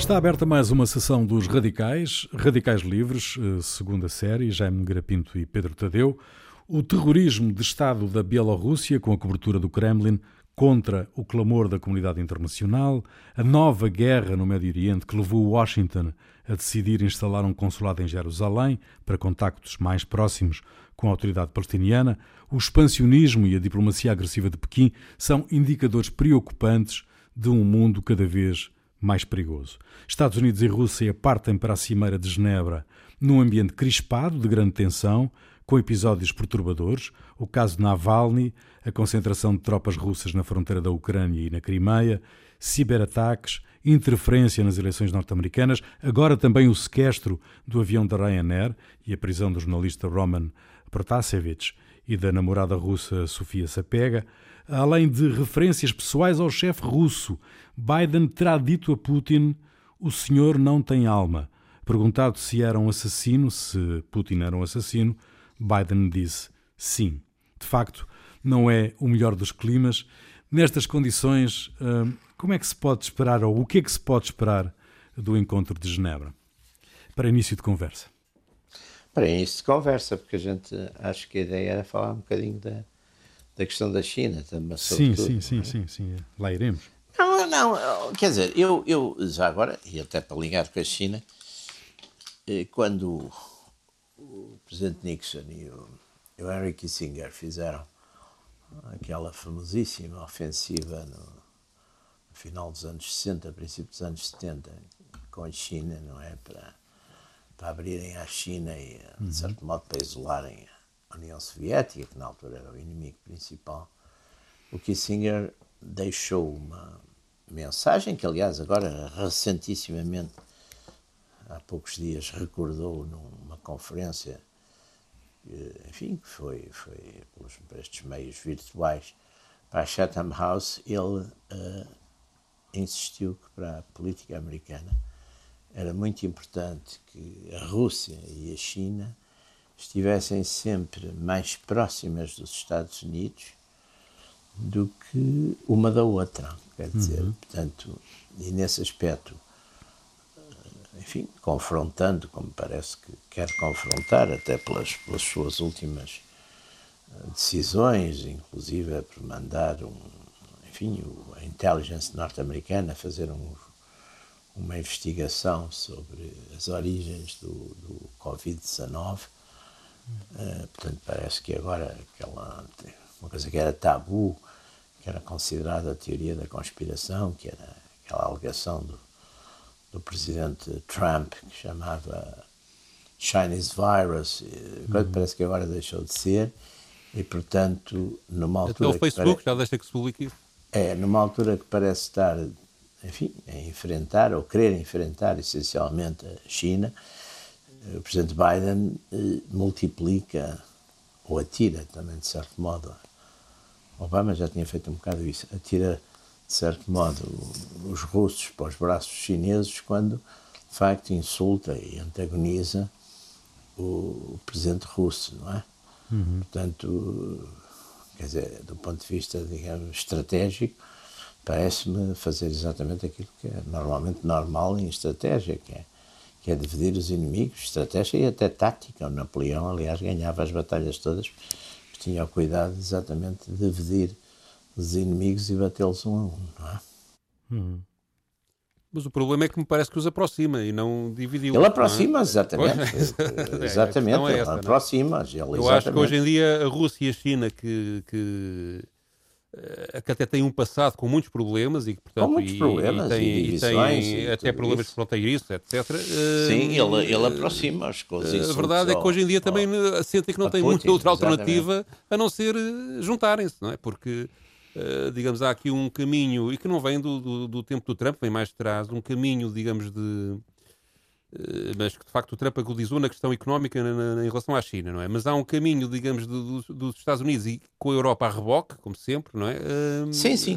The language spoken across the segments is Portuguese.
Está aberta mais uma sessão dos Radicais, Radicais Livres, segunda série, Jaime Garapinto e Pedro Tadeu. O terrorismo de Estado da Bielorrússia, com a cobertura do Kremlin, contra o clamor da comunidade internacional, a nova guerra no Médio Oriente que levou Washington a decidir instalar um consulado em Jerusalém para contactos mais próximos com a autoridade palestiniana, o expansionismo e a diplomacia agressiva de Pequim são indicadores preocupantes de um mundo cada vez mais perigoso. Estados Unidos e Rússia partem para a Cimeira de Genebra num ambiente crispado, de grande tensão, com episódios perturbadores, o caso Navalny, a concentração de tropas russas na fronteira da Ucrânia e na Crimeia, ciberataques, interferência nas eleições norte-americanas, agora também o sequestro do avião da Ryanair e a prisão do jornalista Roman Protasevich e da namorada russa Sofia Sapega, além de referências pessoais ao chefe russo. Biden terá dito a Putin: o senhor não tem alma. Perguntado se era um assassino, se Putin era um assassino, Biden disse sim. De facto, não é o melhor dos climas. Nestas condições, como é que se pode esperar, ou o que é que se pode esperar do encontro de Genebra? Para início de conversa. Para início de conversa, porque a gente acho que a ideia era falar um bocadinho da questão da China também. Sim. Lá iremos. Não, quer dizer, eu já agora, e até para ligar com a China, quando o presidente Nixon e o Henry Kissinger fizeram aquela famosíssima ofensiva no final dos anos 60, princípio dos anos 70, com a China, não é? Para abrirem à China e, de certo modo, para isolarem a União Soviética, que na altura era o inimigo principal, o Kissinger deixou uma mensagem que, aliás, agora recentissimamente, há poucos dias, recordou numa conferência, enfim, que foi por estes meios virtuais, para a Chatham House. Ele insistiu que para a política americana era muito importante que a Rússia e a China estivessem sempre mais próximas dos Estados Unidos do que uma da outra, quer dizer, portanto, e nesse aspecto, enfim, confrontando, como parece que quer confrontar, até pelas suas últimas decisões, inclusive por mandar a intelligence norte-americana fazer uma investigação sobre as origens do Covid-19. Portanto, parece que agora uma coisa que era tabu, que era considerada a teoria da conspiração, que era aquela alegação do presidente Trump, que chamava Chinese Virus, parece que agora deixou de ser, e, portanto, numa altura... Até o Facebook já deixa que se publique isso. Numa altura que parece estar, enfim, a enfrentar, ou querer enfrentar, essencialmente, a China, o presidente Biden multiplica, ou atira também, de certo modo, Obama já tinha feito um bocado isso, atira, de certo modo, os russos para os braços chineses quando, de facto, insulta e antagoniza o presidente russo, não é? Portanto, quer dizer, do ponto de vista, digamos, estratégico, parece-me fazer exatamente aquilo que é normalmente normal em estratégia, que é dividir os inimigos, estratégia e até tática. O Napoleão, aliás, ganhava as batalhas todas, porque tinha o cuidado exatamente de dividir os inimigos e batê-los um a um, não é? Mas o problema é que me parece que os aproxima e não dividiu. Ele aproxima, não é? exatamente. Exatamente, ele aproxima. Eu acho que hoje em dia a Rússia e a China, que até têm um passado com muitos problemas e que, portanto, com muitos problemas e têm até problemas fronteiriços, etc. Sim, ele aproxima-os com os insultos. A verdade é que hoje em dia também sentem que não tem muita outra alternativa a não ser juntarem-se, não é? Porque, digamos, há aqui um caminho, e que não vem do tempo do Trump, vem mais de trás, um caminho, digamos, mas que de facto o Trump agudizou na questão económica em relação à China, não é? Mas há um caminho, digamos, dos Estados Unidos e com a Europa a reboque, como sempre, não é? Sim.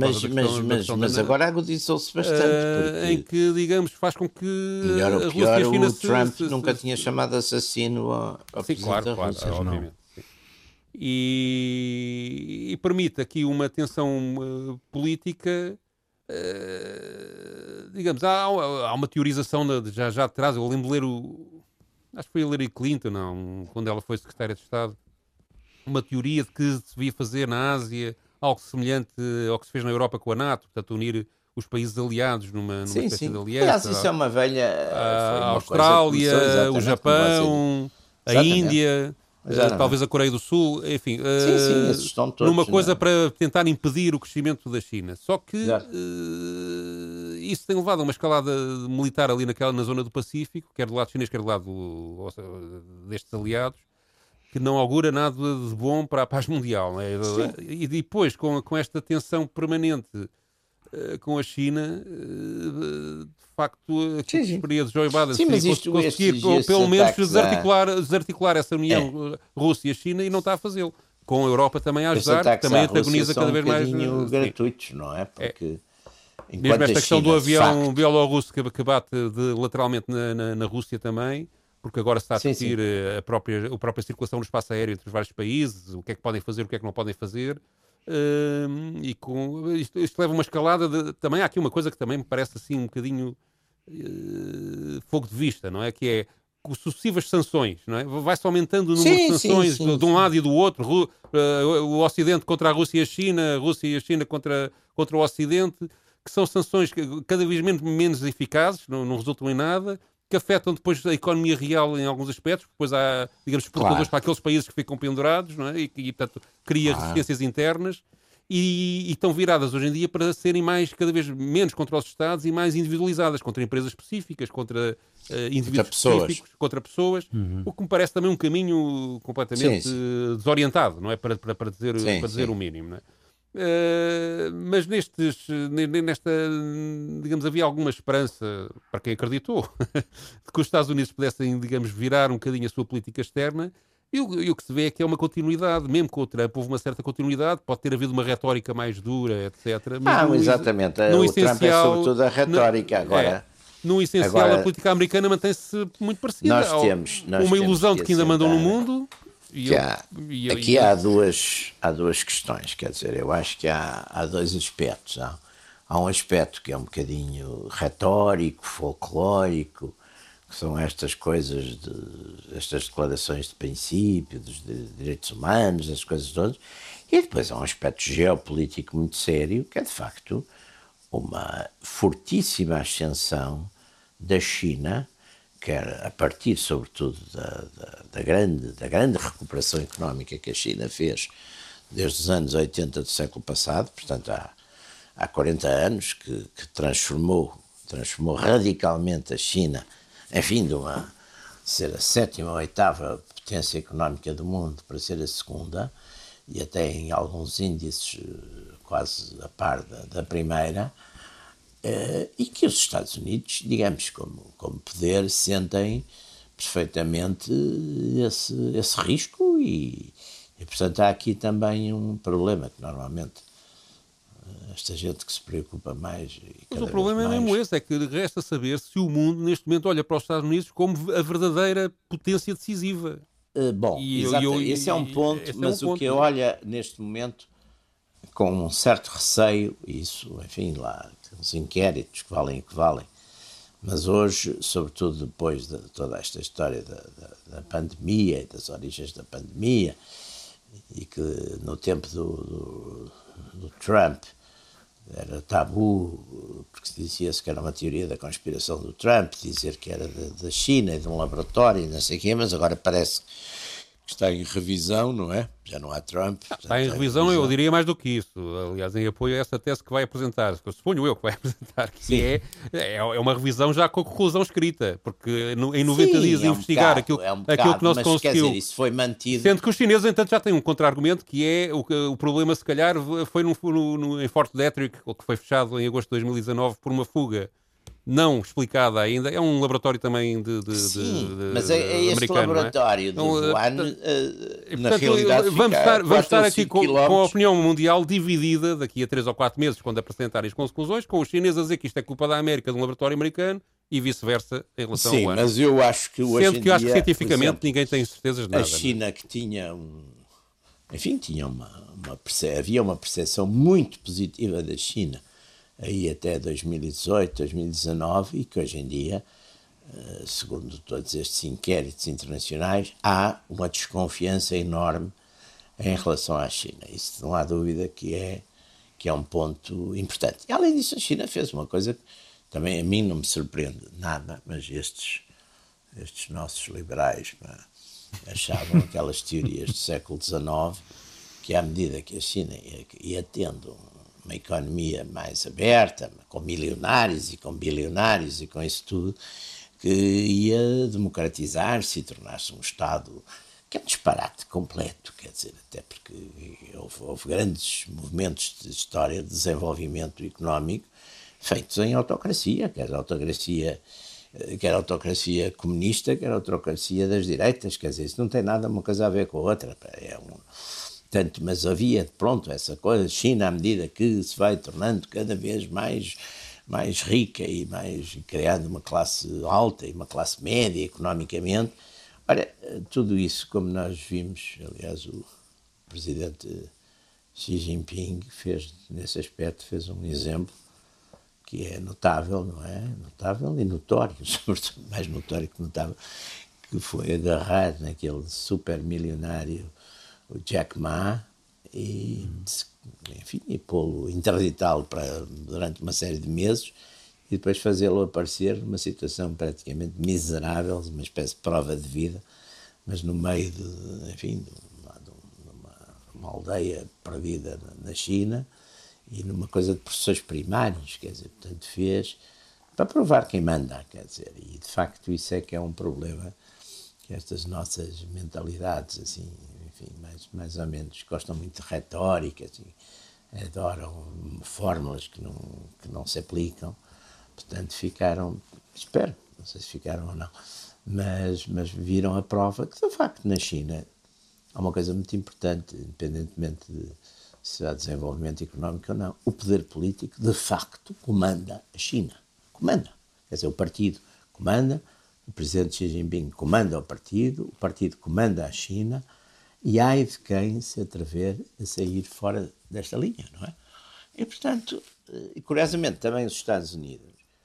Mas agora agudizou-se bastante. Em que, digamos, faz com que melhor ou pior, a Rússia e a China o Trump nunca tinha chamado assassino ao presidente da Rússia. Claro, obviamente. E permite aqui uma tensão política digamos, há uma teorização já de trás. Eu lembro de ler acho que foi a Hillary Clinton, não, quando ela foi secretária de Estado, uma teoria de que se devia fazer na Ásia algo semelhante ao que se fez na Europa com a NATO, portanto, unir os países aliados numa espécie de aliança. Aliás, isso é uma velha... A Austrália, o Japão, a Índia, talvez a Coreia do Sul, enfim. Esses estão todos, numa coisa para tentar impedir o crescimento da China. Só que isso tem levado a uma escalada militar ali na zona do Pacífico, quer do lado chinês, quer do lado destes aliados, que não augura nada de bom para a paz mundial. Não é? E depois, com esta tensão permanente com a China, de facto, a experiência de Joe Biden conseguir pelo menos desarticular essa união Rússia-China e não está a fazê-lo. Com a Europa também a ajudar, que também antagoniza cada vez mais. Gratuitos, não é? Porque mesmo esta questão do avião bielorrusso que bate lateralmente na Rússia também, porque agora se está a discutir a própria circulação no espaço aéreo entre os vários países, o que é que podem fazer, o que é que não podem fazer. Isto leva a uma escalada também há aqui uma coisa que também me parece assim um bocadinho fogo de vista, não é? Que é com sucessivas sanções, não é? Vai-se aumentando o número de sanções de um lado e do outro, o Ocidente contra a Rússia e a China contra o Ocidente, que são sanções cada vez menos eficazes, não resultam em nada, que afetam depois a economia real em alguns aspectos, depois há, digamos, exportadores para aqueles países que ficam pendurados, não é? E portanto, cria resistências internas e estão viradas hoje em dia para serem cada vez menos contra os Estados e mais individualizadas, contra empresas específicas, contra indivíduos específicos, contra pessoas, o que me parece também um caminho completamente desorientado, não é? Para dizer o mínimo, não é? Mas nesta, digamos, havia alguma esperança para quem acreditou de que os Estados Unidos pudessem, digamos, virar um bocadinho a sua política externa e o que se vê é que é uma continuidade, mesmo com o Trump houve uma certa continuidade, pode ter havido uma retórica mais dura, etc. Mas exatamente, o Trump é sobretudo a retórica agora. No essencial, a política americana mantém-se muito parecida. Nós temos uma ilusão de que ainda mandam no mundo. Aqui há duas questões, quer dizer, eu acho que há dois aspectos. Há um aspecto que é um bocadinho retórico, folclórico, que são estas coisas, estas declarações de princípio, dos direitos humanos, essas coisas todas, e depois há um aspecto geopolítico muito sério, que é de facto uma fortíssima ascensão da China, quer a partir, sobretudo, da grande recuperação económica que a China fez desde os anos 80 do século passado, portanto há 40 anos, que transformou radicalmente a China, enfim, de ser a 7ª ou 8ª potência económica do mundo para ser a 2ª, e até em alguns índices quase a par da primeira, e que os Estados Unidos, digamos, como poder, sentem perfeitamente esse risco e, portanto, há aqui também um problema que normalmente esta gente que se preocupa mais... Mas o problema é mesmo esse, é que resta saber se o mundo, neste momento, olha para os Estados Unidos como a verdadeira potência decisiva. Esse é um ponto, mas o que eu olho neste momento com um certo receio, isso, enfim, lá, os inquéritos que valem o que valem, mas hoje, sobretudo depois de toda esta história da pandemia e das origens da pandemia, e que no tempo do Trump era tabu, porque dizia-se que era uma teoria da conspiração do Trump, dizer que era da China e de um laboratório, não sei o quê, mas agora parece que está em revisão, não é? Já não há Trump. Está em revisão, eu diria mais do que isso. Aliás, em apoio a essa tese que vai apresentar, que eu suponho que vai apresentar, que é uma revisão já com a conclusão escrita, porque em 90 dias investigar aquilo que não se conseguiu. Quer dizer, isso foi mantido. Sendo que os chineses, entanto, já têm um contra-argumento, que é o problema, se calhar, foi em Fort Detrick, que foi fechado em agosto de 2019 por uma fuga não explicada ainda. É um laboratório também mas é este americano, laboratório não é? de Wuhan, na realidade, vamos estar aqui com a opinião mundial dividida daqui a 3 ou 4 meses, quando apresentarem as conclusões, com os chineses a dizer que isto é culpa da América, de um laboratório americano, e vice-versa em relação ao Wuhan. Sim, mas eu acho que hoje Sendo que eu acho que cientificamente exemplo, ninguém tem certezas de nada. A China que tinha havia uma percepção muito positiva da China aí até 2018, 2019, e que hoje em dia, segundo todos estes inquéritos internacionais, há uma desconfiança enorme em relação à China. Isso não há dúvida que é um ponto importante. E, além disso, a China fez uma coisa que também a mim não me surpreende nada, mas estes nossos liberais achavam aquelas teorias do século XIX, que à medida que a China ia tendo uma economia mais aberta, com milionários e com bilionários e com isso tudo, que ia democratizar-se e tornar-se um Estado, que é um disparate completo, quer dizer, até porque houve grandes movimentos de história de desenvolvimento económico feitos em autocracia, quer a autocracia comunista, quer a autocracia das direitas, quer dizer, isso não tem nada uma coisa a ver com a outra, tanto, mas havia, pronto, essa coisa, China, à medida que se vai tornando cada vez mais rica e mais criando uma classe alta e uma classe média economicamente. Olha, tudo isso, como nós vimos, aliás, o presidente Xi Jinping nesse aspecto, fez um exemplo que é notável, não é? Notável e notório, sobretudo mais notório que notável, que foi agarrar naquele super milionário, o Jack Ma, e pô-lo, interditá-lo durante uma série de meses e depois fazê-lo aparecer numa situação praticamente miserável, uma espécie de prova de vida, mas no meio de uma aldeia perdida na China e numa coisa de professores primários, quer dizer, portanto fez para provar quem manda, quer dizer, e de facto isso é que é um problema, que estas nossas mentalidades, assim, enfim, mais ou menos, gostam muito de retórica, assim, adoram fórmulas que não se aplicam, portanto ficaram, espero, não sei se ficaram ou não, mas viram a prova que, de facto, na China há uma coisa muito importante, independentemente se há desenvolvimento económico ou não, o poder político, de facto, comanda a China. Comanda. Quer dizer, o partido comanda, o presidente Xi Jinping comanda o partido comanda a China, e ai de quem se atrever a sair fora desta linha, não é? E, portanto, curiosamente, também os Estados Unidos,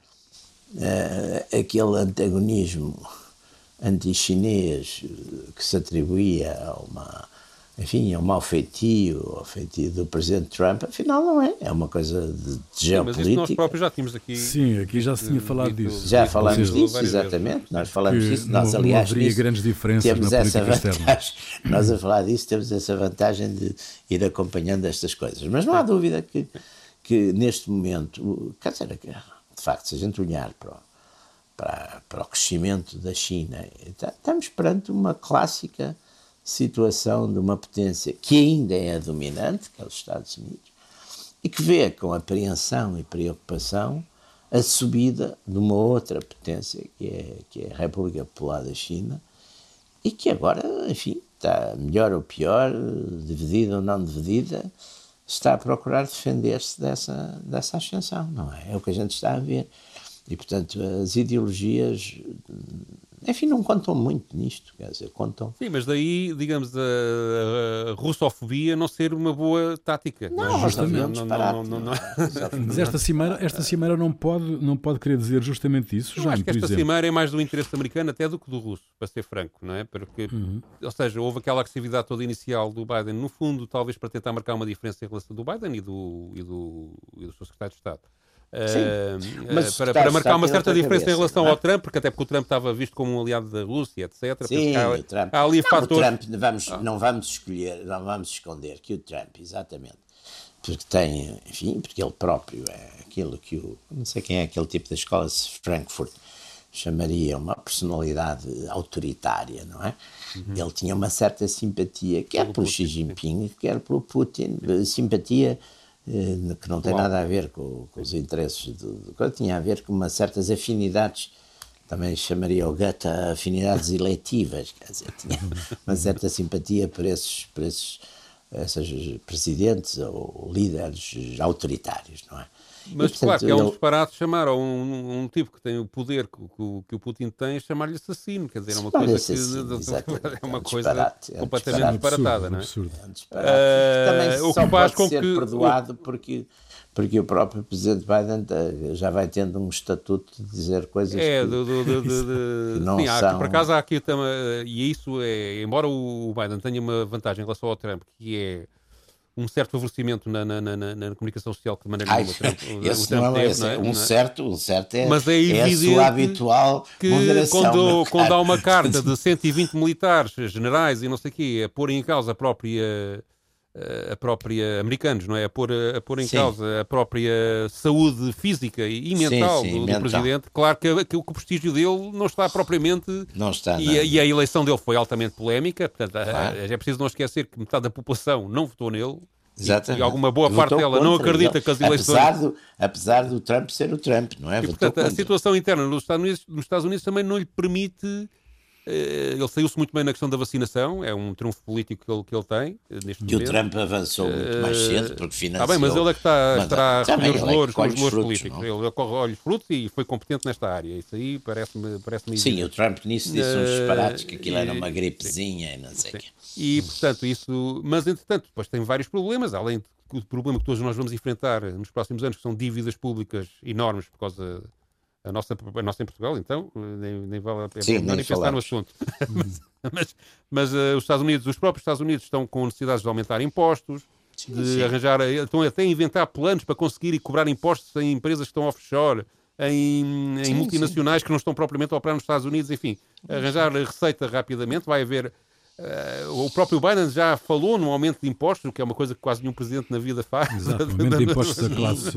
aquele antagonismo anti-chinês que se atribuía a um mau feitio, ao feitio do presidente Trump, afinal não é. É uma coisa de geopolítica. Mas isso nós próprios já tínhamos aqui... Sim, aqui já se tinha falado disso. Já falámos disso, exatamente. Nós falamos disso. Nós, aliás, não haveria grandes diferenças temos na essa política vantagem. externa. Nós a falar disso temos essa vantagem de ir acompanhando estas coisas. Mas não há dúvida que neste momento, quer dizer, de facto, se a gente olhar para o crescimento da China, estamos perante uma clássica situação de uma potência que ainda é a dominante, que é os Estados Unidos, e que vê com apreensão e preocupação a subida de uma outra potência, que é a República Popular da China, e que agora, enfim, está melhor ou pior, dividida ou não dividida, está a procurar defender-se dessa ascensão, não é? É o que a gente está a ver. E, portanto, as ideologias, enfim, não contam muito nisto, quer dizer, contam... Sim, mas daí, digamos, a russofobia não ser uma boa tática. Não, justamente. Mas esta cimeira não pode querer dizer justamente isso, já. Acho que esta cimeira é mais do interesse americano até do que do russo, para ser franco, não é? Porque, ou seja, houve aquela agressividade toda inicial do Biden, no fundo, talvez para tentar marcar uma diferença em relação do Biden e do seu secretário de Estado. Para marcar uma certa diferença em relação ao Trump, porque o Trump estava visto como um aliado da Rússia, etc. Sim, o Trump. Há ali fatores... O Trump, não vamos esconder que o Trump, exatamente, porque tem, enfim, porque ele próprio é aquilo que não sei quem é aquele tipo da escola de Frankfurt chamaria uma personalidade autoritária, não é? Ele tinha uma certa simpatia, quer pelo Xi Jinping, quer pelo Putin, simpatia que não tem nada a ver com os interesses tinha a ver com umas certas afinidades, também chamaria o Goethe afinidades eletivas, quer dizer, tinha uma certa simpatia por esses presidentes ou líderes autoritários, não é? Mas e, portanto, claro que é um disparate chamar a um tipo que tem o poder que o Putin tem, chamar-lhe assassino. Quer dizer, é uma coisa é uma coisa completamente disparatada, não é? É um disparate. Também o que faz pode ser perdoado porque o próprio Presidente Biden já vai tendo um estatuto de dizer coisas que não são... Por acaso há aqui também, e isso é, embora o Biden tenha uma vantagem em relação ao Trump, que é um certo favorecimento na comunicação social que de maneira nenhuma o Trump teve, não é? Um certo é, mas é evidente a sua habitual que quando há uma carta de 120 militares, generais e não sei o quê, a pôr em causa a própria americanos, não é? A pôr em causa a própria saúde física e mental do presidente. Claro que o prestígio dele não está propriamente... Não está, e a eleição dele foi altamente polémica, portanto, é preciso não esquecer que metade da população não votou nele. E alguma boa parte dela não acredita que as eleições... Apesar do Trump ser o Trump, não é? E, portanto, a situação interna nos Estados Unidos também não lhe permite... Ele saiu-se muito bem na questão da vacinação, é um trunfo político que ele tem neste momento. E o Trump avançou muito mais cedo porque financiou... Está bem, mas ele é que estará a recolher os louros políticos. Ele colhe os frutos e foi competente nesta área. Isso aí parece-me Sim, o Trump nisso disse uns disparates que aquilo era uma gripezinha e não sei o quê. E, portanto, isso... Mas, entretanto, depois tem vários problemas, além do problema que todos nós vamos enfrentar nos próximos anos, que são dívidas públicas enormes por causa... A nossa em Portugal, então, nem vale a pena nem pensar no assunto. mas os próprios Estados Unidos estão com necessidades de aumentar impostos, arranjar, estão até a inventar planos para conseguir e cobrar impostos em empresas que estão offshore, em multinacionais que não estão propriamente a operar nos Estados Unidos, enfim, arranjar receita rapidamente. Vai haver... o próprio Biden já falou num aumento de impostos, o que é uma coisa que quase nenhum presidente na vida faz. Exato, aumento de impostos da classe.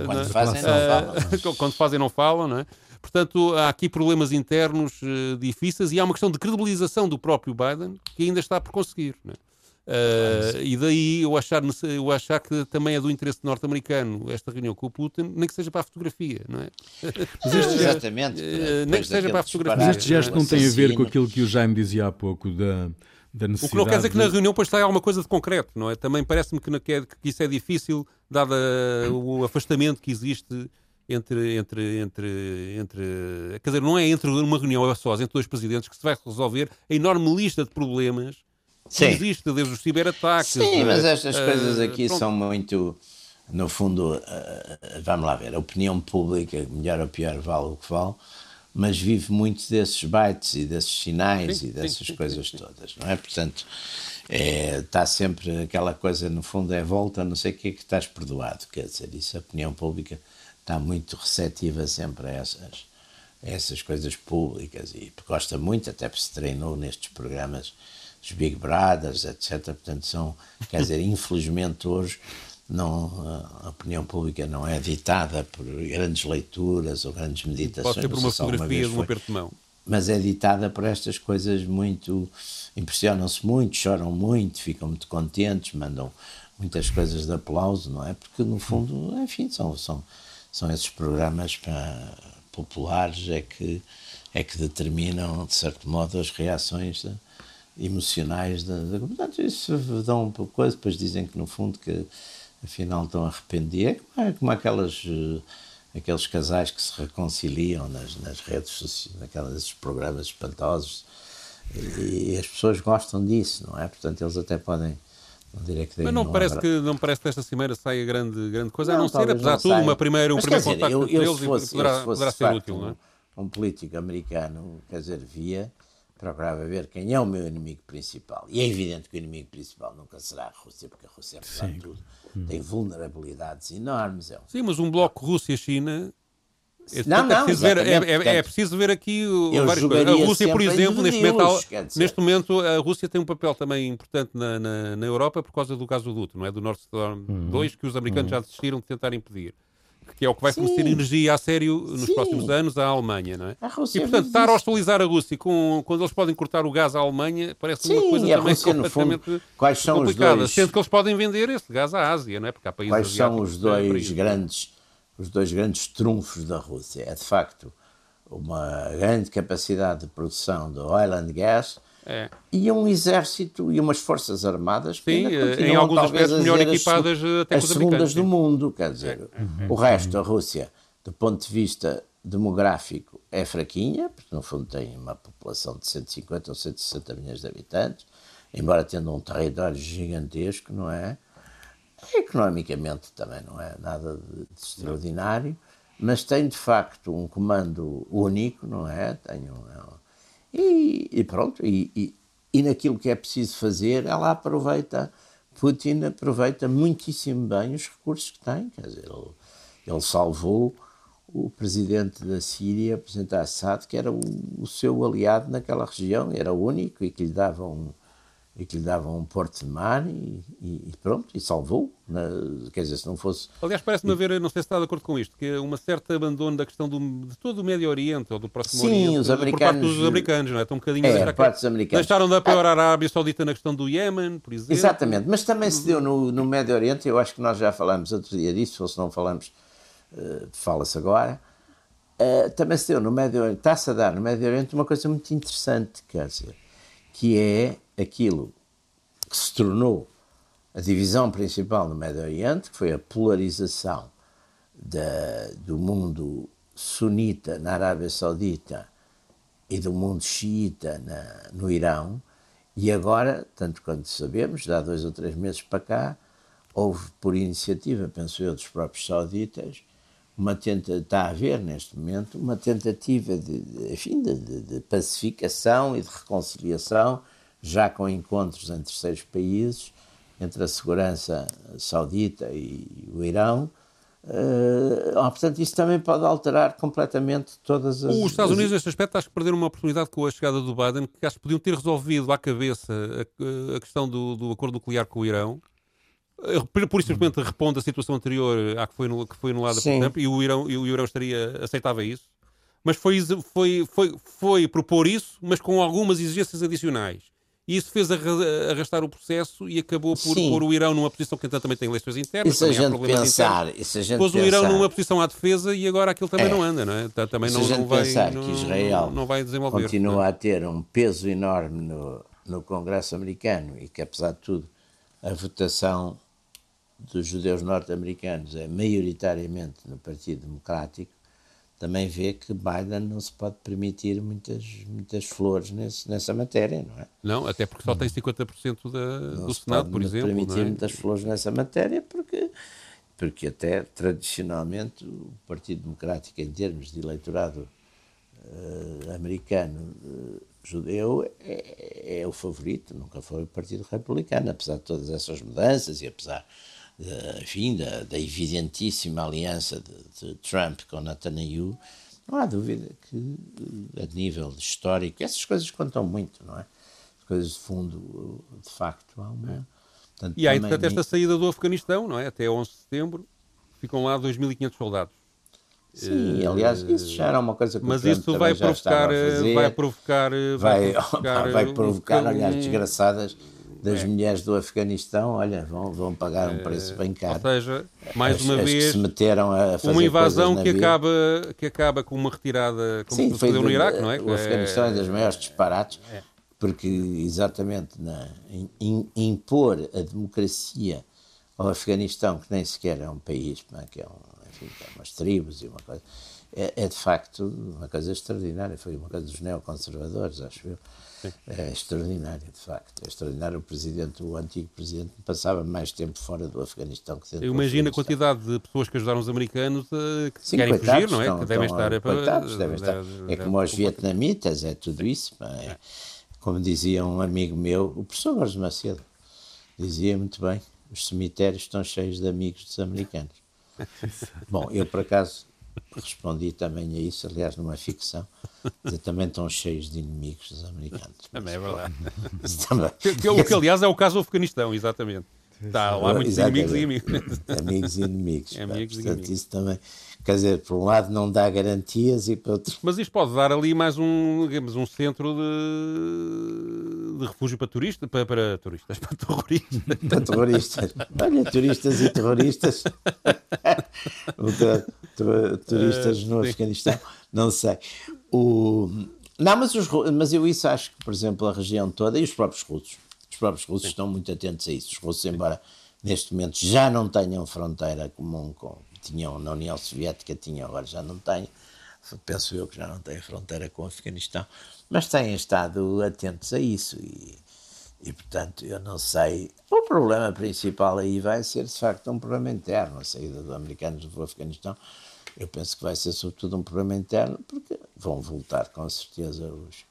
Quando fazem não falam, não é? Portanto, há aqui problemas internos difíceis e há uma questão de credibilização do próprio Biden que ainda está por conseguir, não é? E daí eu achar que também é do interesse norte-americano esta reunião com o Putin, nem que seja para a fotografia, não é? Exatamente. Nem que seja para a fotografia. Mas este gesto não tem a ver com aquilo que o Jaime dizia há pouco da necessidade... O que não quer dizer que na reunião depois saia alguma coisa de concreto, não é? Também parece-me que isso é difícil, dado o afastamento que existe entre... Quer dizer, não é entre uma reunião a sós, entre dois presidentes, que se vai resolver a enorme lista de problemas que existe, desde os ciberataques... Sim, mas estas coisas aqui são muito... No fundo, vamos lá ver, a opinião pública, melhor ou pior, vale o que vale, mas vive muito desses bytes e desses sinais e dessas coisas todas, não é? Portanto, está sempre aquela coisa, no fundo, volta, não sei o que é que estás perdoado, quer dizer, isso a opinião pública está muito receptiva sempre a essas coisas públicas e gosta muito, até porque se treinou nestes programas dos Big Brothers, etc. Portanto, quer dizer, infelizmente hoje a opinião pública não é ditada por grandes leituras ou grandes meditações. Pode ser por uma fotografia de um aperto de mão. Mas é ditada por estas coisas muito... Impressionam-se muito, choram muito, ficam muito contentes, mandam muitas coisas de aplauso, não é? Porque, no fundo, enfim, são esses programas populares é que determinam, de certo modo, as reações emocionais portanto, isso dão um pouco coisa, depois dizem que no fundo que afinal estão arrependidos, é como aqueles casais que se reconciliam nas redes sociais, naqueles programas espantosos, e as pessoas gostam disso, não é? Portanto, eles até podem, não direi que mas não parece que esta cimeira saia grande coisa, não, a não ser, apesar de tudo, um primeiro contacto entre eles poderá ser útil, não é? Um político americano, quer dizer, procurava ver quem é o meu inimigo principal. E é evidente que o inimigo principal nunca será a Rússia, porque a Rússia, apesar de tudo, tem vulnerabilidades enormes. Sim, mas um bloco Rússia-China... É preciso ver aqui várias coisas. A Rússia, por exemplo, neste momento, a Rússia tem um papel também importante na Europa por causa do gasoduto, não é? Do Nord Stream 2, que os americanos já desistiram de tentar impedir. Que é o que vai fornecer energia a sério nos próximos anos à Alemanha, não é? E, portanto, estar a hostilizar a Rússia quando eles podem cortar o gás à Alemanha parece uma coisa também Rússia, completamente quais são complicada, sendo que eles podem vender esse gás à Ásia, não é? Porque há países quais são os dois grandes trunfos da Rússia? É, de facto, uma grande capacidade de produção de oil and gas e um exército e umas forças armadas que em alguns aspectos melhor equipadas até que os segundas do mundo, quer dizer, o resto, a Rússia, do ponto de vista demográfico, é fraquinha, porque no fundo tem uma população de 150 ou 160 milhões de habitantes, embora tendo um território gigantesco, não é? Economicamente também não é nada de extraordinário, mas tem de facto um comando único, não é? E pronto, e naquilo que é preciso fazer, Putin aproveita muitíssimo bem os recursos que tem, quer dizer, ele salvou o presidente da Síria, o presidente Assad, que era o seu aliado naquela região, era o único e que lhe dava um porto de mar e pronto, e salvou. Quer dizer, se não fosse... Aliás, parece-me haver, não sei se está de acordo com isto, que é um certo abandono da questão de todo o Médio Oriente ou do Próximo Oriente por parte dos americanos, não é? Estão um bocadinho deixaram de apoiar a Arábia Saudita na questão do Iémen, por exemplo. Exatamente, mas também se deu no Médio Oriente, eu acho que nós já falámos outro dia disso, ou se não falamos, fala-se agora, também se deu está-se a dar no Médio Oriente uma coisa muito interessante, quer dizer, que é aquilo que se tornou a divisão principal no Médio Oriente, que foi a polarização do mundo sunita na Arábia Saudita e do mundo xiita no Irão, e agora, tanto quanto sabemos, de há 2 ou 3 meses para cá, houve por iniciativa, penso eu, dos próprios sauditas, está a haver neste momento uma tentativa de pacificação e de reconciliação, já com encontros em terceiros países, entre a segurança saudita e o Irão. Portanto, isso também pode alterar completamente todas as... Os Estados Unidos, neste aspecto, acho que perderam uma oportunidade com a chegada do Biden, que acho que podiam ter resolvido à cabeça a questão do acordo nuclear com o Irão. Por isso, simplesmente responde à situação anterior à que foi anulada por Trump, e o Irão aceitava isso. Mas foi propor isso, mas com algumas exigências adicionais. E isso fez arrastar o processo e acabou por pôr o Irão numa posição que também tem eleições internas. E se a gente pensar... Pôs o Irão numa posição à defesa e agora aquilo também não anda, não é? Também se a gente pensar que Israel não vai desenvolver, continua a ter um peso enorme no Congresso americano e que, apesar de tudo, a votação dos judeus norte-americanos é maioritariamente no Partido Democrático, também vê que Biden não se pode permitir muitas flores nessa matéria, não é? Não, até porque só tem 50% do Senado, por exemplo. Não se pode permitir não é? muitas flores nessa matéria porque até tradicionalmente o Partido Democrático, em termos de eleitorado americano judeu, é o favorito, nunca foi o Partido Republicano, apesar de todas essas mudanças e apesar da evidentíssima aliança de Trump com Netanyahu. Não há dúvida que, a nível histórico, essas coisas contam muito, não é? As coisas de fundo, de facto, há uma... Portanto, e há, entretanto, esta saída do Afeganistão, não é? Até 11 de setembro, ficam lá 2.500 soldados. Sim, aliás, isso já era uma coisa que mas isso vai provocar olhar desgraçadas das mulheres do Afeganistão, olha, vão pagar um preço bem caro. Ou seja, mais uma vez, que se meteram a fazer uma invasão que acaba com uma retirada, como se deu no Iraque, não é? O Afeganistão é das maiores disparates, porque exatamente impor a democracia ao Afeganistão, que nem sequer é um país, que é umas tribos e uma coisa, é de facto uma coisa extraordinária. Foi uma coisa dos neoconservadores, acho eu. É extraordinário, de facto. É extraordinário. O antigo presidente passava mais tempo fora do Afeganistão que dentro do Afeganistão. Eu imagino a quantidade de pessoas que ajudaram os americanos que querem fugir, não é? Que devem estar... É como os vietnamitas, é tudo isso. Como dizia um amigo meu, o professor Borges Macedo, dizia muito bem, os cemitérios estão cheios de amigos dos americanos. Bom, eu por acaso respondi também a isso, aliás, numa ficção, também estão cheios de inimigos dos americanos. Também é verdade. O que, aliás, é o caso do Afeganistão, exatamente. Está lá muitos inimigos e amigos. Amigos e inimigos. Portanto, isso também, quer dizer, por um lado não dá garantias e para outro... Mas isto pode dar ali mais um centro de refúgio para turistas, para terroristas. Para terroristas. Olha, turistas e terroristas. Turistas no Afeganistão, não sei. Não, mas eu isso acho que, por exemplo, a região toda e os próprios russos estão muito atentos a isso. Os russos, embora neste momento já não tenham fronteira comum tinham na União Soviética, agora já não têm, penso eu que já não têm fronteira com o Afeganistão, mas têm estado atentos a isso e portanto, eu não sei, o problema principal aí vai ser, de facto, um problema interno, a saída dos americanos do Afeganistão. Eu penso que vai ser sobretudo um problema interno, porque vão voltar com certeza os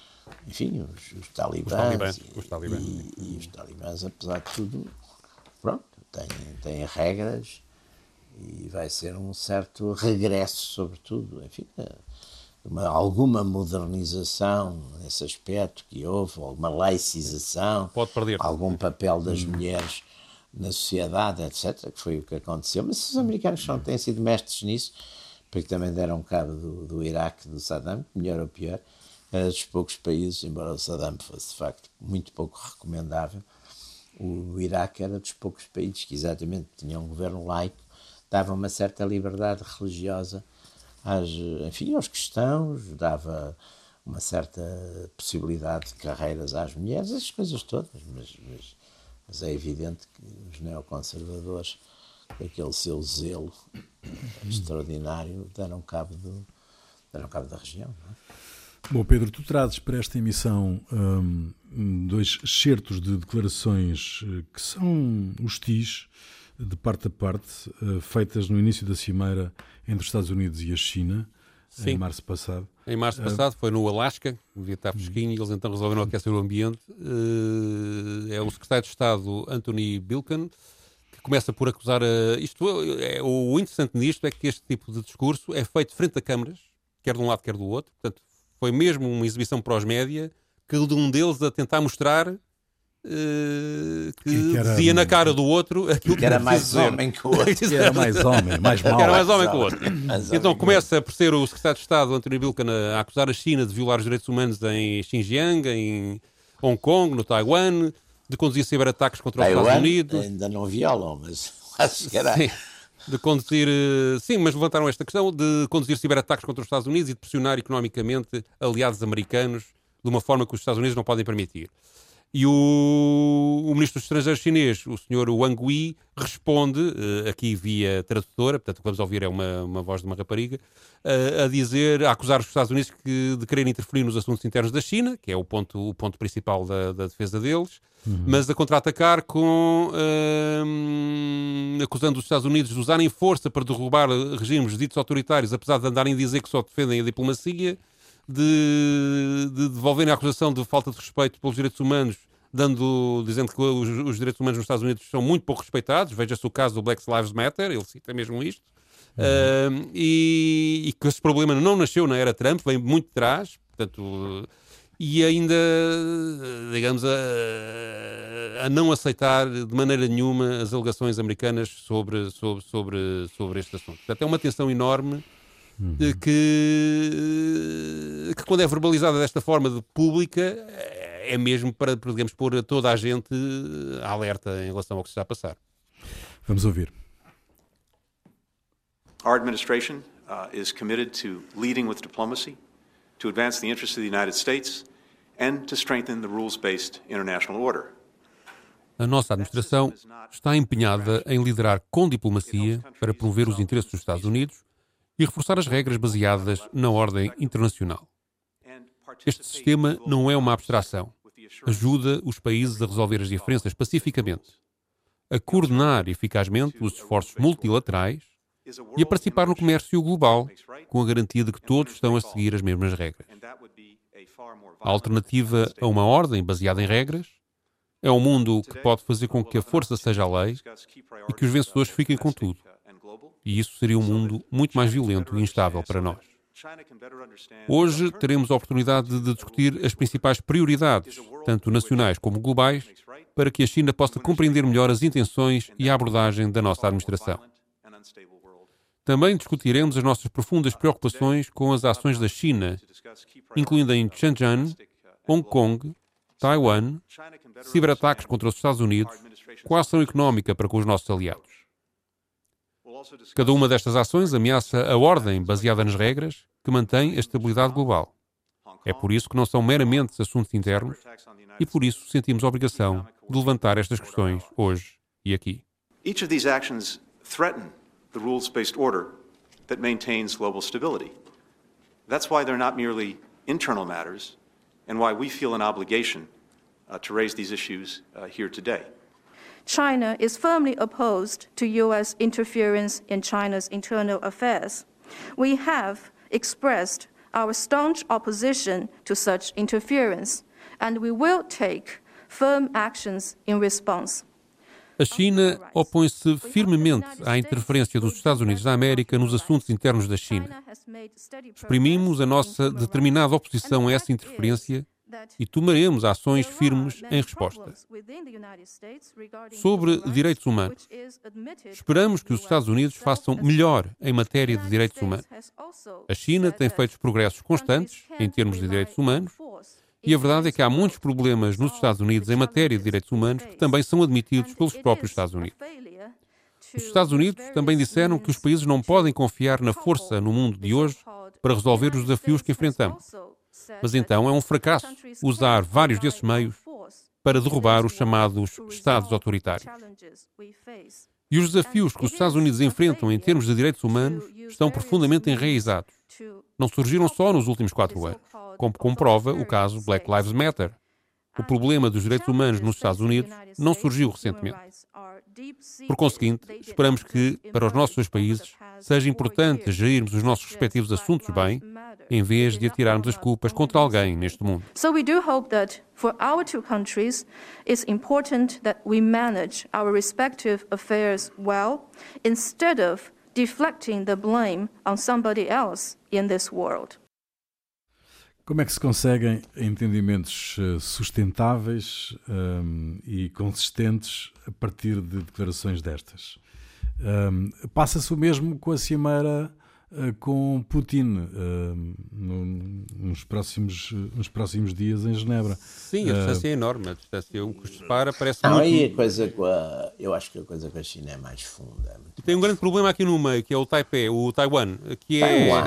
talibãs. E os talibãs, apesar de tudo, pronto, têm regras e vai ser um certo regresso, sobretudo, enfim, alguma modernização nesse aspecto que houve, alguma laicização, algum papel das mulheres na sociedade, etc., que foi o que aconteceu. Mas os americanos não têm sido mestres nisso, porque também deram cabo do Iraque, do Saddam, melhor ou pior, era dos poucos países, embora o Saddam fosse de facto muito pouco recomendável, o Iraque era dos poucos países que exatamente tinham um governo laico, dava uma certa liberdade religiosa aos cristãos, dava uma certa possibilidade de carreiras às mulheres, essas coisas todas, mas é evidente que os neoconservadores, com aquele seu zelo extraordinário, deram cabo da região. Não é? Bom, Pedro, tu trazes para esta emissão dois excertos de declarações que são hostis, de parte a parte, feitas no início da cimeira entre os Estados Unidos e a China, sim, em março passado. Em março passado, foi no Alasca, o dia estava fresquinho, e eles então resolveram aquecer o ambiente. É o secretário de Estado, Antony Blinken, que começa por acusar o interessante nisto é que este tipo de discurso é feito frente a câmaras, quer de um lado, quer do outro. Portanto, foi mesmo uma exibição para os média, que de um deles a tentar mostrar que dizia na cara do outro aquilo que era mais homem que o outro. Que era mais homem, mais mau. Era mais homem que o outro. Então começa por ser o secretário de Estado, Antony Blinken, a acusar a China de violar os direitos humanos em Xinjiang, em Hong Kong, no Taiwan, de conduzir ciberataques contra os Estados Unidos. Ainda não violam, mas acho que era... Sim. De conduzir, sim, mas levantaram esta questão de conduzir ciberataques contra os Estados Unidos e de pressionar economicamente aliados americanos de uma forma que os Estados Unidos não podem permitir. E o ministro dos Estrangeiros chinês, o Sr. Wang Yi, responde, aqui via tradutora, portanto o que vamos ouvir é uma voz de uma rapariga, a acusar os Estados Unidos de quererem interferir nos assuntos internos da China, que é o ponto principal da defesa deles, mas a contra-atacar acusando os Estados Unidos de usarem força para derrubar regimes ditos autoritários, apesar de andarem a dizer que só defendem a diplomacia, de devolverem a acusação de falta de respeito pelos direitos humanos, dizendo que os direitos humanos nos Estados Unidos são muito pouco respeitados. Veja-se o caso do Black Lives Matter, ele cita mesmo isto. E que esse problema não nasceu na era Trump, vem muito de trás, portanto, e ainda, digamos, a não aceitar de maneira nenhuma as alegações americanas sobre este assunto. Portanto, é uma tensão enorme que quando é verbalizada desta forma de pública é mesmo para, digamos, pôr toda a gente alerta em relação ao que se está a passar. Vamos ouvir. Our administration is committed to leading with diplomacy, to advance the interests of the United States and to strengthen the rules-based international order. A nossa administração está empenhada em liderar com diplomacia para promover os interesses dos Estados Unidos e reforçar as regras baseadas na ordem internacional. Este sistema não é uma abstração. Ajuda os países a resolver as diferenças pacificamente, a coordenar eficazmente os esforços multilaterais e a participar no comércio global, com a garantia de que todos estão a seguir as mesmas regras. A alternativa a uma ordem baseada em regras é um mundo que pode fazer com que a força seja a lei e que os vencedores fiquem com tudo. E isso seria um mundo muito mais violento e instável para nós. Hoje teremos a oportunidade de discutir as principais prioridades, tanto nacionais como globais, para que a China possa compreender melhor as intenções e a abordagem da nossa administração. Também discutiremos as nossas profundas preocupações com as ações da China, incluindo em Xinjiang, Hong Kong, Taiwan, ciberataques contra os Estados Unidos, com a ação económica para com os nossos aliados. Cada uma destas ações ameaça a ordem baseada nas regras que mantém a estabilidade global. É por isso que não são meramente assuntos internos e por isso sentimos a obrigação de levantar estas questões hoje e aqui. Each of these actions threaten the rules-based order that maintains global stability. That's why they're not merely internal matters and why we feel an obligation to raise these issues here today. China is firmly opposed to U.S. interference in China's internal affairs. We have expressed our staunch opposition to such interference, and we will take firm actions in response. A China opõe-se firmemente à interferência dos Estados Unidos da América nos assuntos internos da China. Exprimimos a nossa determinada oposição a essa interferência e tomaremos ações firmes em resposta. Sobre direitos humanos, esperamos que os Estados Unidos façam melhor em matéria de direitos humanos. A China tem feito progressos constantes em termos de direitos humanos e a verdade é que há muitos problemas nos Estados Unidos em matéria de direitos humanos que também são admitidos pelos próprios Estados Unidos. Os Estados Unidos também disseram que os países não podem confiar na força no mundo de hoje para resolver os desafios que enfrentamos. Mas então é um fracasso usar vários desses meios para derrubar os chamados Estados autoritários. E os desafios que os Estados Unidos enfrentam em termos de direitos humanos estão profundamente enraizados. Não surgiram só nos últimos 4 anos, como comprova o caso Black Lives Matter. O problema dos direitos humanos nos Estados Unidos não surgiu recentemente. Por conseguinte, esperamos que, para os nossos dois países, seja importante gerirmos os nossos respectivos assuntos bem, em vez de atirarmos as culpas contra alguém neste mundo. So we do hope that for our two countries, it's important that we manage our respective affairs well, instead of deflecting the blame on somebody else in this world. Como é que se conseguem entendimentos sustentáveis e consistentes a partir de declarações destas? Passa-se o mesmo com a cimeira com Putin nos próximos dias em Genebra. Sim, a distância é enorme. A distância, o que os separa parece não, muito... Aí a coisa eu acho que a coisa com a China é mais funda. Tem um grande problema aqui no meio, que é o Taiwan, que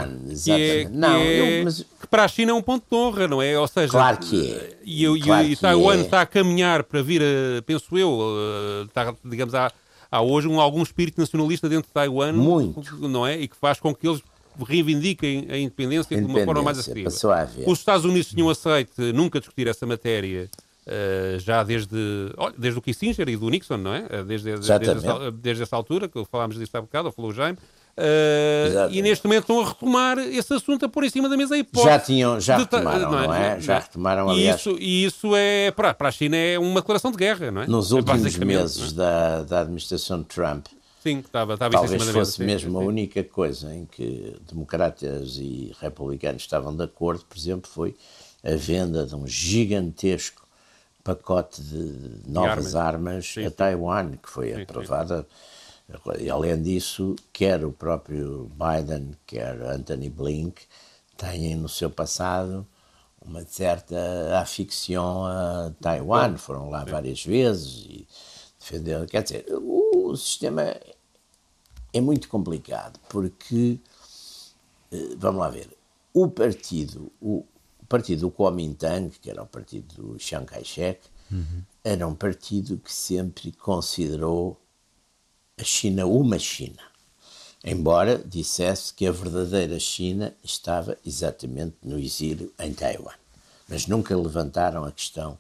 que para a China é um ponto de honra, não é? Ou seja, claro que é. E Taiwan está a caminhar para vir, penso eu, está, digamos, há hoje algum espírito nacionalista dentro de Taiwan, não é? E que faz com que eles reivindiquem a independência de uma forma mais assertiva. Os Estados Unidos tinham aceito nunca discutir essa matéria já desde o Kissinger e do Nixon, não é? Desde essa altura, que falámos disso há bocado, ou falou o Jaime. E neste momento estão a retomar esse assunto, a pôr em cima da mesa a hipótese. Já retomaram, não é? Já retomaram, aliás. E isso é, para a China, é uma declaração de guerra, não é? Nos últimos meses da administração de Trump, sim, estava talvez fosse mesmo a única coisa em que democratas e republicanos estavam de acordo, por exemplo, foi a venda de um gigantesco pacote de novas armas a Taiwan, que foi aprovada. E, além disso, quer o próprio Biden, quer Anthony Blinken, têm no seu passado uma certa afição a Taiwan. Foram lá várias vezes e defenderam. Quer dizer, o sistema é muito complicado, porque, vamos lá ver, o partido do Kuomintang, que era o partido do Chiang Kai-shek, era um partido que sempre considerou a China uma China, embora dissesse que a verdadeira China estava exatamente no exílio em Taiwan, mas nunca levantaram a questão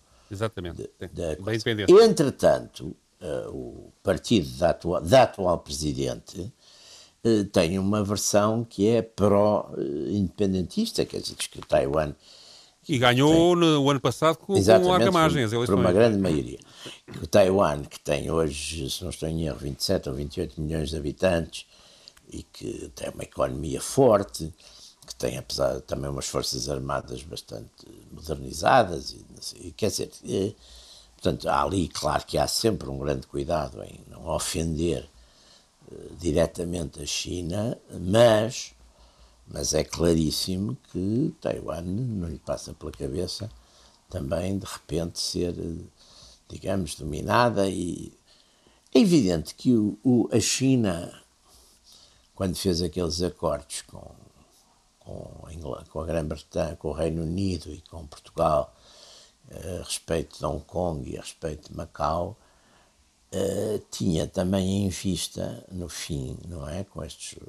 da independência. Entretanto, o partido da atual presidente tem uma versão que é pró-independentista, quer dizer, que o Taiwan... E ganhou no ano passado com larga margem as eleições. Por uma grande maioria. O Taiwan, que tem hoje, se não estou em erro, 27 ou 28 milhões de habitantes e que tem uma economia forte, que tem, apesar, também umas forças armadas bastante modernizadas, e quer dizer, portanto, há ali, claro que há sempre um grande cuidado em não ofender diretamente a China, mas é claríssimo que Taiwan não lhe passa pela cabeça também, de repente, ser, digamos, dominada. E é evidente que a China, quando fez aqueles acordos com com a Grã-Bretanha, com o Reino Unido e com Portugal, a respeito de Hong Kong e a respeito de Macau, tinha também em vista, no fim, não é? Com estes,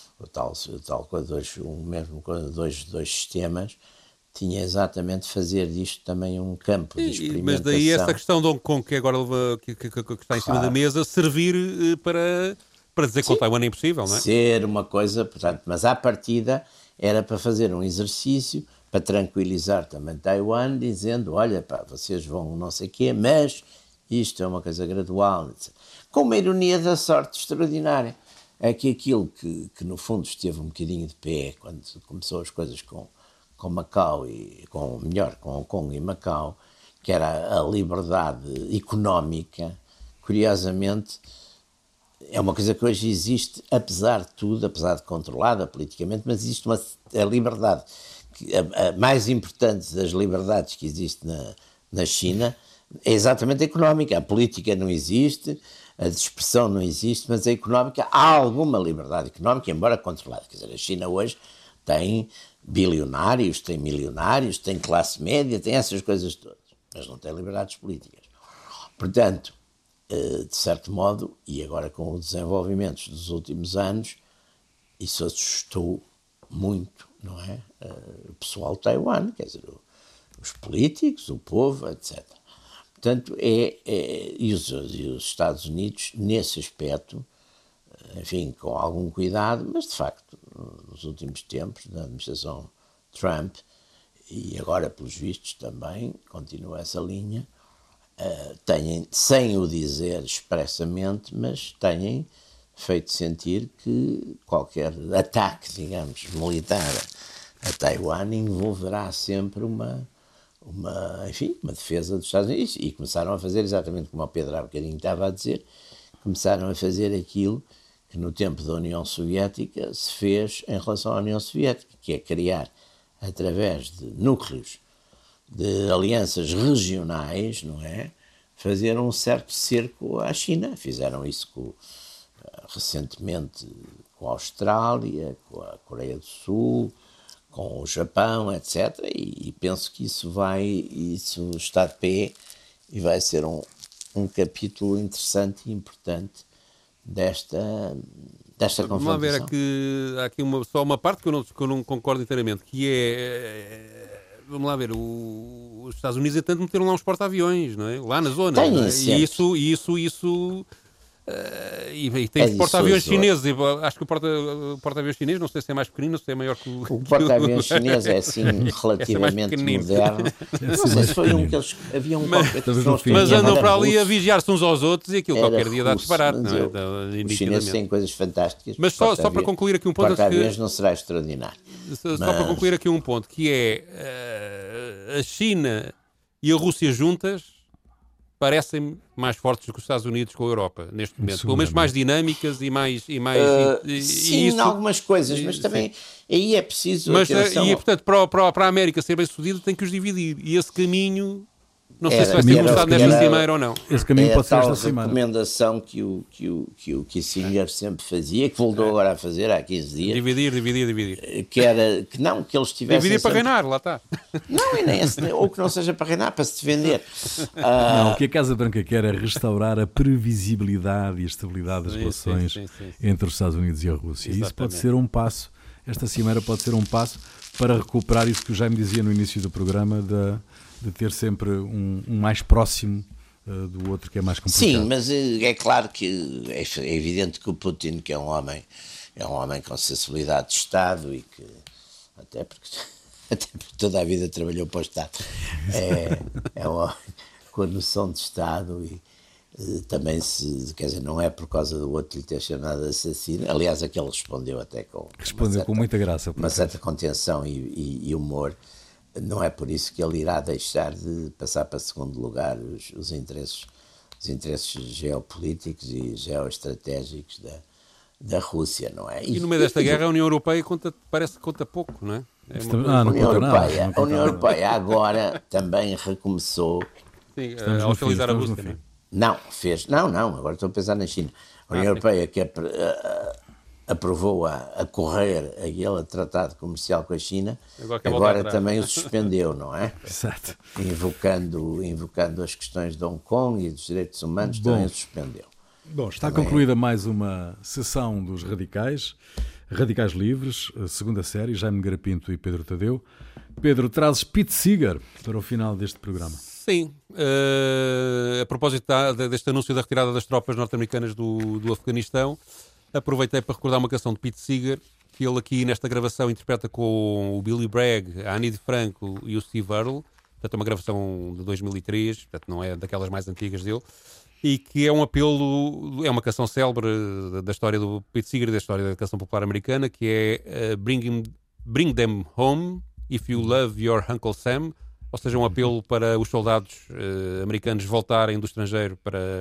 dois sistemas, tinha exatamente fazer disto também um campo de experimentação. Mas daí essa questão de Hong Kong, que agora que está em cima da mesa, servir para dizer que com Taiwan é impossível, não é? Ser uma coisa, portanto, mas à partida era para fazer um exercício, para tranquilizar também Taiwan, dizendo, olha, pá, vocês vão não sei o quê, mas isto é uma coisa gradual, etc. Com uma ironia da sorte extraordinária. É que aquilo que no fundo esteve um bocadinho de pé, quando começou as coisas com Macau, com Hong Kong e Macau, que era a liberdade económica, curiosamente, é uma coisa que hoje existe, apesar de tudo, apesar de controlada politicamente, mas existe a liberdade, a mais importante das liberdades que existe na China, é exatamente a económica. A política não existe, a de expressão não existe, mas a económica, há alguma liberdade económica, embora controlada. Quer dizer, a China hoje tem bilionários, tem milionários, tem classe média, tem essas coisas todas, mas não tem liberdades políticas. Portanto, de certo modo, e agora com os desenvolvimentos dos últimos anos, isso assustou muito, não é? O pessoal de Taiwan, quer dizer, os políticos, o povo, etc. Portanto, e os Estados Unidos, nesse aspecto, enfim, com algum cuidado, mas de facto, nos últimos tempos, na administração Trump, e agora pelos vistos também, continua essa linha, têm, sem o dizer expressamente, mas têm feito sentir que qualquer ataque, digamos, militar a Taiwan envolverá sempre uma defesa dos Estados Unidos, e começaram a fazer exatamente como o Pedro há bocadinho estava a dizer, começaram a fazer aquilo que no tempo da União Soviética se fez em relação à União Soviética, que é criar, através de núcleos de alianças regionais, não é? Fazer um certo cerco à China. Fizeram isso recentemente com a Austrália, com a Coreia do Sul, com o Japão, etc. E penso que isso está de pé e vai ser um capítulo interessante e importante desta confrontação. Vamos lá ver, há aqui só uma parte que eu não concordo inteiramente, que vamos lá ver, os Estados Unidos, entanto, meteram lá uns porta-aviões, não é? Lá na zona. Tem, não é? E isso e tem porta-aviões chineses. Acho que o porta-aviões chinês, não sei se é mais pequenino, não sei se é maior que o... O porta-aviões chinês é assim relativamente moderno. Não sei se foi que eles... Havia mas andam para ali a vigiar-se uns aos outros e aquilo qualquer dia dá disparate. Os chineses têm coisas fantásticas. Mas só para concluir aqui um ponto... O porta-aviões não será extraordinário. Só para concluir aqui um ponto, que é a China e a Rússia juntas parecem mais fortes do que os Estados Unidos com a Europa, neste momento. Pelo menos mais dinâmicas e mais... sim, em algumas coisas, mas também aí é preciso... E, portanto, para a América ser bem-sucedida tem que os dividir. E esse caminho... Não sei se vai ser começado nesta cimeira ou não. Esse caminho pode ser esta cimeira. A recomendação que o Kissinger sempre fazia, que voltou agora a fazer há 15 dias. Dividir. Que era que eles tivessem... Dividir para reinar, lá está. Não, ou que não seja para reinar, para se defender. Não, o que a Casa Branca quer é restaurar a previsibilidade e a estabilidade das relações entre os Estados Unidos e a Rússia. E isso pode ser um passo, esta cimeira pode ser um passo para recuperar isso que o Jaime dizia no início do programa, de ter sempre um mais próximo do outro, que é mais complicado. Sim, mas é claro que é evidente que o Putin, que é um homem com sensibilidade de Estado e que até porque toda a vida trabalhou para o Estado, é um homem com a noção de Estado e também quer dizer, não é por causa do outro lhe ter chamado assassino. Aliás, aquele respondeu até com muita graça, uma certa contenção e humor. Não é por isso que ele irá deixar de passar para segundo lugar os interesses geopolíticos e geoestratégicos da Rússia, não é? E no meio desta guerra a União Europeia parece que conta pouco, não é? A União Europeia agora também recomeçou a hostilizar a Rússia, não é? Não, agora estou a pensar na China. A União Europeia quer aprovou a correr aquele tratado comercial com a China, agora também o suspendeu, não é? Exato. Invocando as questões de Hong Kong e dos direitos humanos, também o suspendeu. Bom, está concluída mais uma sessão dos Radicais Livres, a segunda série, Jaime Garapinto e Pedro Tadeu. Pedro, trazes Pete Seeger para o final deste programa. Sim, a propósito deste anúncio da retirada das tropas norte-americanas do Afeganistão, aproveitei para recordar uma canção de Pete Seeger, que ele aqui nesta gravação interpreta com o Billy Bragg, a Annie DeFranco e o Steve Earle. Portanto, é uma gravação de 2003, portanto não é daquelas mais antigas dele, e que é um apelo, é uma canção célebre da história do Pete Seeger, da história da canção popular americana, que é Bring Them Home If You Love Your Uncle Sam, ou seja, um apelo para os soldados americanos voltarem do estrangeiro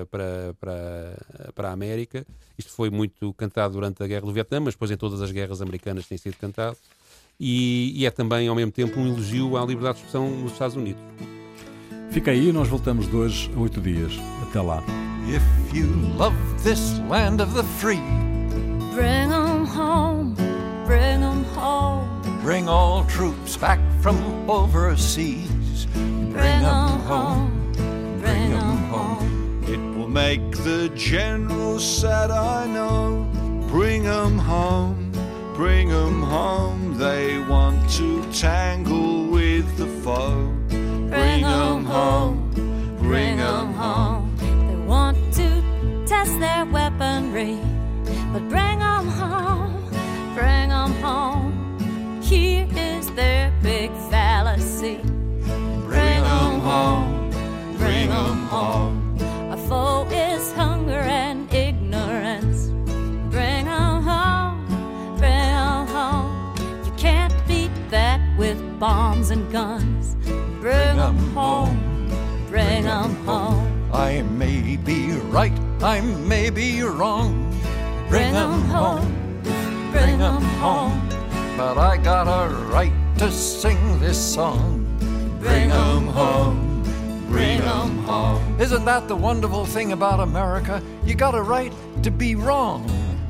para a América. Isto foi muito cantado durante a Guerra do Vietnã, mas depois em todas as guerras americanas tem sido cantado. E é também, ao mesmo tempo, um elogio à liberdade de expressão nos Estados Unidos. Fica aí, nós voltamos de hoje a 8 dias. Até lá. If you love this land of the free, bring 'em home, bring 'em home. Bring all troops back from overseas. Bring 'em home, bring 'em home. It will make the generals sad, I know. Bring 'em home, bring 'em home. They want to tangle with the foe. Bring 'em home, bring 'em home. They want to test their weaponry, but bring 'em home, bring 'em home. Here is their big fallacy. Bring 'em home, bring 'em home. Our foe is hunger and ignorance. Bring 'em home, bring 'em home. You can't beat that with bombs and guns. Bring 'em home, bring 'em home. I may be right, I may be wrong. Bring 'em home, bring 'em home. But I got a right to sing this song. Bring 'em home, bring 'em home. Isn't that the wonderful thing about America? You got a right to be wrong.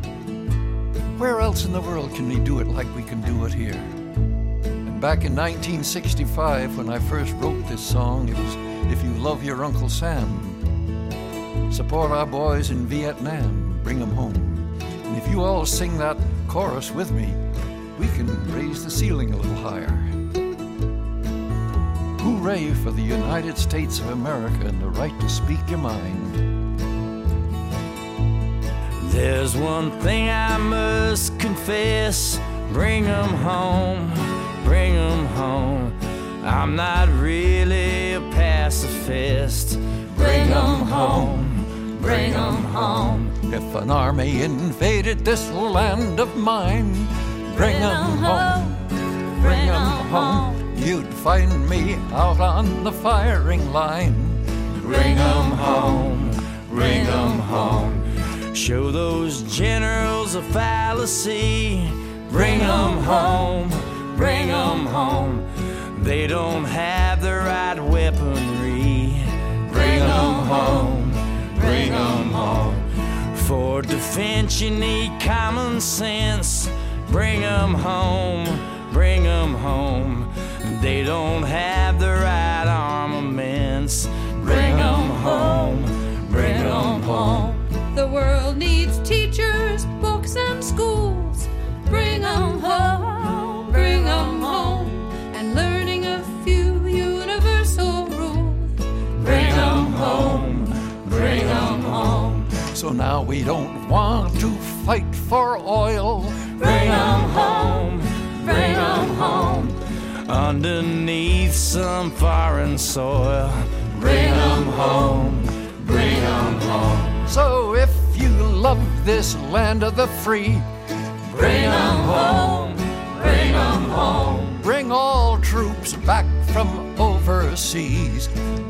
Where else in the world can we do it like we can do it here? And back in 1965, when I first wrote this song, it was If You Love Your Uncle Sam. Support our boys in Vietnam, bring 'em home. And if you all sing that chorus with me, we can raise the ceiling a little higher. Hooray for the United States of America and the right to speak your mind. There's one thing I must confess. Bring 'em home, bring 'em home. I'm not really a pacifist. Bring 'em home, bring 'em home. If an army invaded this land of mine, bring 'em home, bring 'em home. You'd find me out on the firing line. Bring 'em home, bring 'em home. Show those generals a fallacy. Bring 'em home, bring 'em home. They don't have the right weaponry. Bring 'em home, bring 'em home. For defense you need common sense. Bring 'em home, bring 'em home. They don't have the right armaments. Bring 'em home, bring 'em home. The world needs teachers, books and schools. Bring 'em home, bring 'em home. And learning a few universal rules. Bring 'em home, bring 'em home. So now we don't want to fight for oil. Bring 'em home, bring 'em home. Underneath some foreign soil. Bring 'em home, bring 'em home. So if you love this land of the free, bring 'em home, bring 'em home. Bring all troops back from overseas.